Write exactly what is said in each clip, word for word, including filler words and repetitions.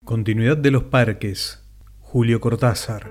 Continuidad de los parques, Julio Cortázar.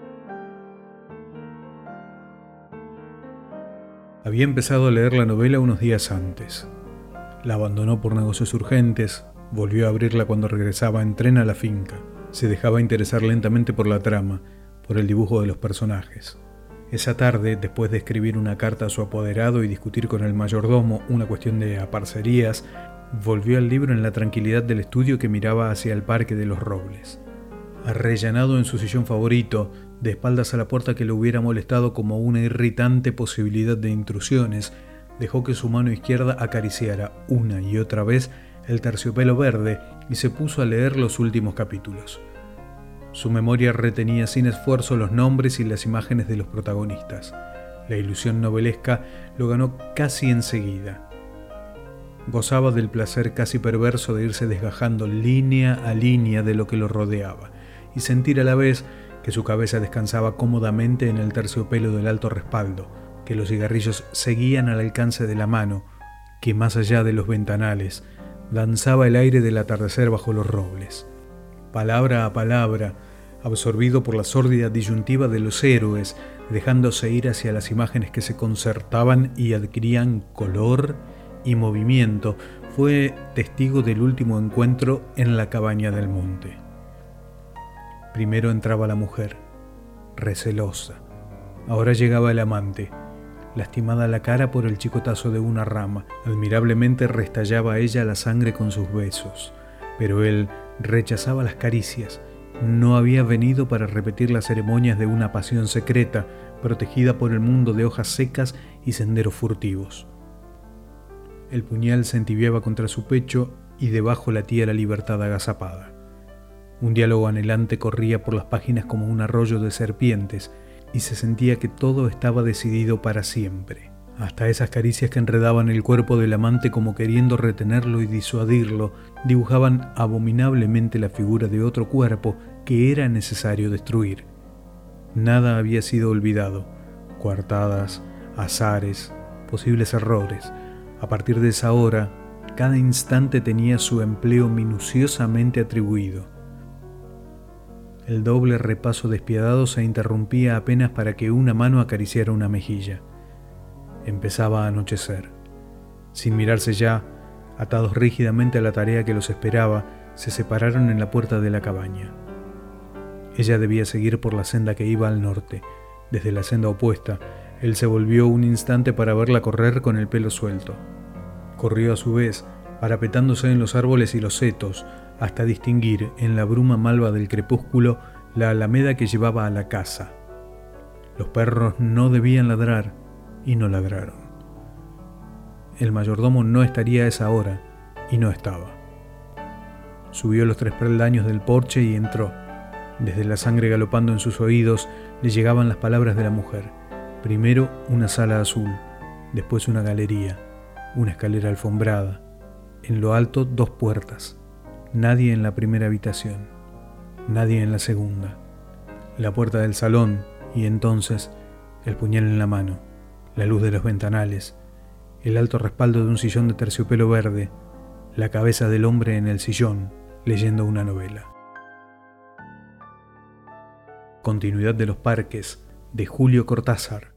Había empezado a leer la novela unos días antes. La abandonó por negocios urgentes, volvió a abrirla cuando regresaba en tren a la finca. Se dejaba interesar lentamente por la trama, por el dibujo de los personajes. Esa tarde, después de escribir una carta a su apoderado y discutir con el mayordomo una cuestión de aparcerías, volvió al libro en la tranquilidad del estudio que miraba hacia el Parque de los Robles. Arrellanado en su sillón favorito, de espaldas a la puerta que le hubiera molestado como una irritante posibilidad de intrusiones, dejó que su mano izquierda acariciara una y otra vez el terciopelo verde y se puso a leer los últimos capítulos. Su memoria retenía sin esfuerzo los nombres y las imágenes de los protagonistas. La ilusión novelesca lo ganó casi enseguida. Gozaba del placer casi perverso de irse desgajando línea a línea de lo que lo rodeaba y sentir a la vez que su cabeza descansaba cómodamente en el terciopelo del alto respaldo, que los cigarrillos seguían al alcance de la mano, que más allá de los ventanales danzaba el aire del atardecer bajo los robles. Palabra a palabra, absorbido por la sórdida disyuntiva de los héroes, dejándose ir hacia las imágenes que se concertaban y adquirían color y movimiento, fue testigo del último encuentro en la cabaña del monte. Primero entraba la mujer, recelosa. Ahora llegaba el amante, lastimada la cara por el chicotazo de una rama. Admirablemente restallaba a ella la sangre con sus besos, pero él rechazaba las caricias. No había venido para repetir las ceremonias de una pasión secreta, protegida por el mundo de hojas secas y senderos furtivos. El puñal se entibiaba contra su pecho y debajo latía la libertad agazapada. Un diálogo anhelante corría por las páginas como un arroyo de serpientes y se sentía que todo estaba decidido para siempre. Hasta esas caricias que enredaban el cuerpo del amante como queriendo retenerlo y disuadirlo, dibujaban abominablemente la figura de otro cuerpo que era necesario destruir. Nada había sido olvidado: coartadas, azares, posibles errores. A partir de esa hora, cada instante tenía su empleo minuciosamente atribuido. El doble repaso despiadado se interrumpía apenas para que una mano acariciara una mejilla. Empezaba a anochecer. Sin mirarse ya, atados rígidamente a la tarea que los esperaba, se separaron en la puerta de la cabaña. Ella debía seguir por la senda que iba al norte. Desde la senda opuesta, él se volvió un instante para verla correr con el pelo suelto. Corrió a su vez, parapetándose en los árboles y los setos, hasta distinguir en la bruma malva del crepúsculo la alameda que llevaba a la casa. Los perros no debían ladrar y no ladraron. El mayordomo no estaría a esa hora y no estaba. Subió los tres peldaños del porche y entró. Desde la sangre galopando en sus oídos le llegaban las palabras de la mujer. Primero una sala azul, después una galería, una escalera alfombrada. En lo alto dos puertas. Nadie en la primera habitación, nadie en la segunda. La puerta del salón y entonces el puñal en la mano, la luz de los ventanales, el alto respaldo de un sillón de terciopelo verde, la cabeza del hombre en el sillón leyendo una novela. Continuidad de los parques, de Julio Cortázar.